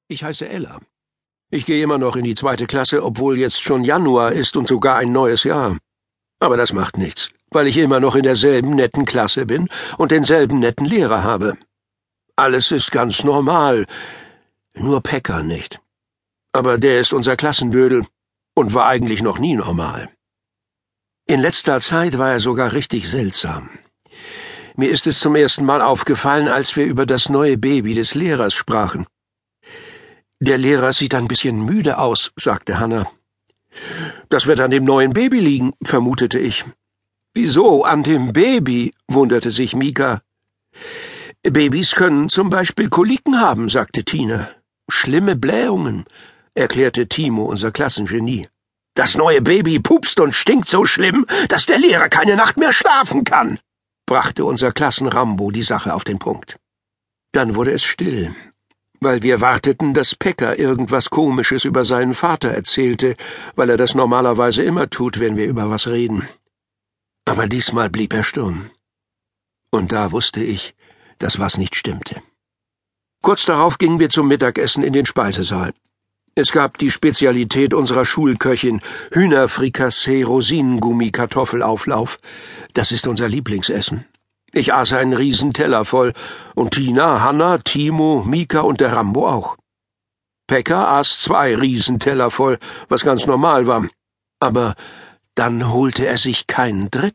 Ich heiße Ella. Ich gehe immer noch in die 2. Klasse, obwohl jetzt schon Januar ist und sogar ein neues Jahr. Aber das macht nichts, weil ich immer noch in derselben netten Klasse bin und denselben netten Lehrer habe. Alles ist ganz normal, nur Pekka nicht. Aber der ist unser Klassenbödel und war eigentlich noch nie normal. In letzter Zeit war er sogar richtig seltsam. Mir ist es zum ersten Mal aufgefallen, als wir über das neue Baby des Lehrers sprachen. »Der Lehrer sieht ein bisschen müde aus«, sagte Hannah. »Das wird an dem neuen Baby liegen«, vermutete ich. »Wieso an dem Baby?«, wunderte sich Mika. »Babys können zum Beispiel Koliken haben«, sagte Tina. »Schlimme Blähungen«, erklärte Timo, unser Klassengenie. »Das neue Baby pupst und stinkt so schlimm, dass der Lehrer keine Nacht mehr schlafen kann«, brachte unser Klassenrambo die Sache auf den Punkt. Dann wurde es still, weil wir warteten, dass Pekka irgendwas Komisches über seinen Vater erzählte, weil er das normalerweise immer tut, wenn wir über was reden. Aber diesmal blieb er stumm. Und da wusste ich, dass was nicht stimmte. Kurz darauf gingen wir zum Mittagessen in den Speisesaal. Es gab die Spezialität unserer Schulköchin, Hühnerfrikassee, Rosinengummi, Kartoffelauflauf. Das ist unser Lieblingsessen. Ich aß einen Riesenteller voll, und Tina, Hannah, Timo, Mika und der Rambo auch. Pekka aß 2 Riesenteller voll, was ganz normal war. Aber dann holte er sich keinen 3.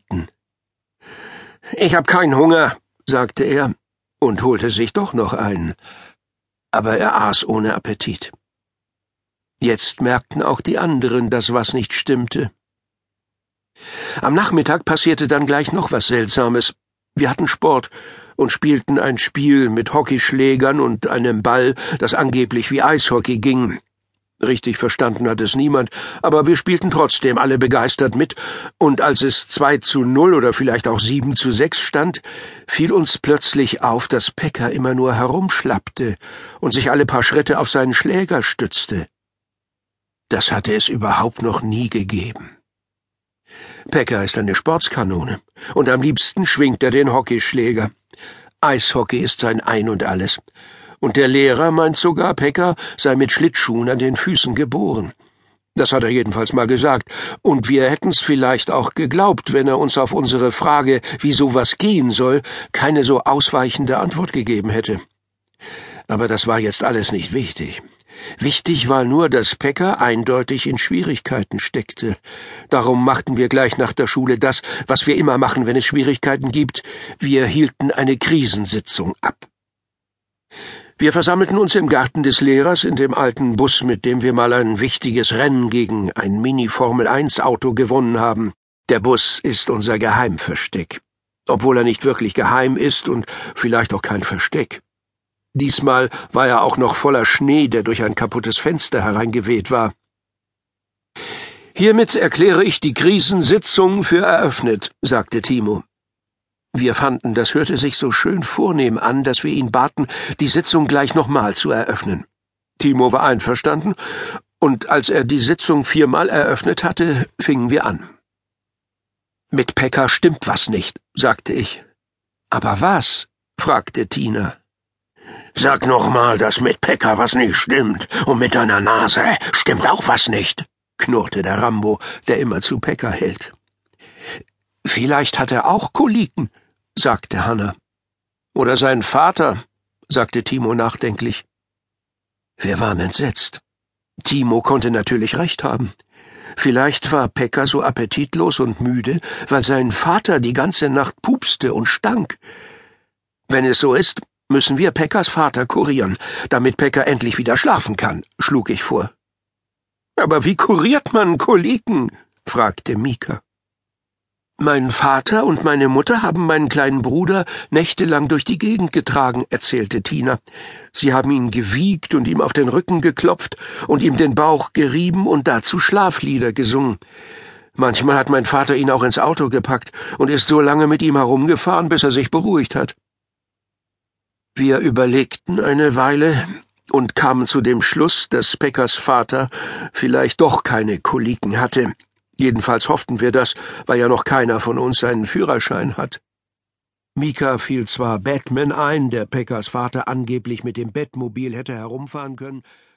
»Ich hab keinen Hunger«, sagte er und holte sich doch noch einen. Aber er aß ohne Appetit. Jetzt merkten auch die anderen, dass was nicht stimmte. Am Nachmittag passierte dann gleich noch was Seltsames. Wir hatten Sport und spielten ein Spiel mit Hockeyschlägern und einem Ball, das angeblich wie Eishockey ging. Richtig verstanden hat es niemand, aber wir spielten trotzdem alle begeistert mit, und als es 2:0 oder vielleicht auch 7:6 stand, fiel uns plötzlich auf, dass Pekka immer nur herumschlappte und sich alle paar Schritte auf seinen Schläger stützte. Das hatte es überhaupt noch nie gegeben. Pekka ist eine Sportskanone, und am liebsten schwingt er den Hockeyschläger. Eishockey ist sein Ein und Alles. Und der Lehrer meint sogar, Pekka sei mit Schlittschuhen an den Füßen geboren. Das hat er jedenfalls mal gesagt, und wir hätten's vielleicht auch geglaubt, wenn er uns auf unsere Frage, wie sowas gehen soll, keine so ausweichende Antwort gegeben hätte. Aber das war jetzt alles nicht wichtig. Wichtig war nur, dass Pekka eindeutig in Schwierigkeiten steckte. Darum machten wir gleich nach der Schule das, was wir immer machen, wenn es Schwierigkeiten gibt. Wir hielten eine Krisensitzung ab. Wir versammelten uns im Garten des Lehrers in dem alten Bus, mit dem wir mal ein wichtiges Rennen gegen ein Mini-Formel-1-Auto gewonnen haben. Der Bus ist unser Geheimversteck, obwohl er nicht wirklich geheim ist und vielleicht auch kein Versteck. Diesmal war er auch noch voller Schnee, der durch ein kaputtes Fenster hereingeweht war. »Hiermit erkläre ich die Krisensitzung für eröffnet«, sagte Timo. Wir fanden, das hörte sich so schön vornehm an, dass wir ihn baten, die Sitzung gleich nochmal zu eröffnen. Timo war einverstanden, und als er die Sitzung 4-mal eröffnet hatte, fingen wir an. »Mit Pekka stimmt was nicht«, sagte ich. »Aber was?«, fragte Tina. »Sag nochmal, dass mit Pekka was nicht stimmt, und mit deiner Nase stimmt auch was nicht«, knurrte der Rambo, der immer zu Pekka hält. »Vielleicht hat er auch Koliken«, sagte Hannah. »Oder sein Vater«, sagte Timo nachdenklich. Wir waren entsetzt. Timo konnte natürlich recht haben. Vielleicht war Pekka so appetitlos und müde, weil sein Vater die ganze Nacht pupste und stank. Wenn es so ist, müssen wir Pekkas Vater kurieren, damit Pekka endlich wieder schlafen kann, schlug ich vor. »Aber wie kuriert man Koliken?«, fragte Mika. »Mein Vater und meine Mutter haben meinen kleinen Bruder nächtelang durch die Gegend getragen«, erzählte Tina. »Sie haben ihn gewiegt und ihm auf den Rücken geklopft und ihm den Bauch gerieben und dazu Schlaflieder gesungen. Manchmal hat mein Vater ihn auch ins Auto gepackt und ist so lange mit ihm herumgefahren, bis er sich beruhigt hat.« Wir überlegten eine Weile und kamen zu dem Schluss, dass Pekkas Vater vielleicht doch keine Koliken hatte. Jedenfalls hofften wir das, weil ja noch keiner von uns einen Führerschein hat. Mika fiel zwar Batman ein, der Peckers Vater angeblich mit dem Bettmobil hätte herumfahren können,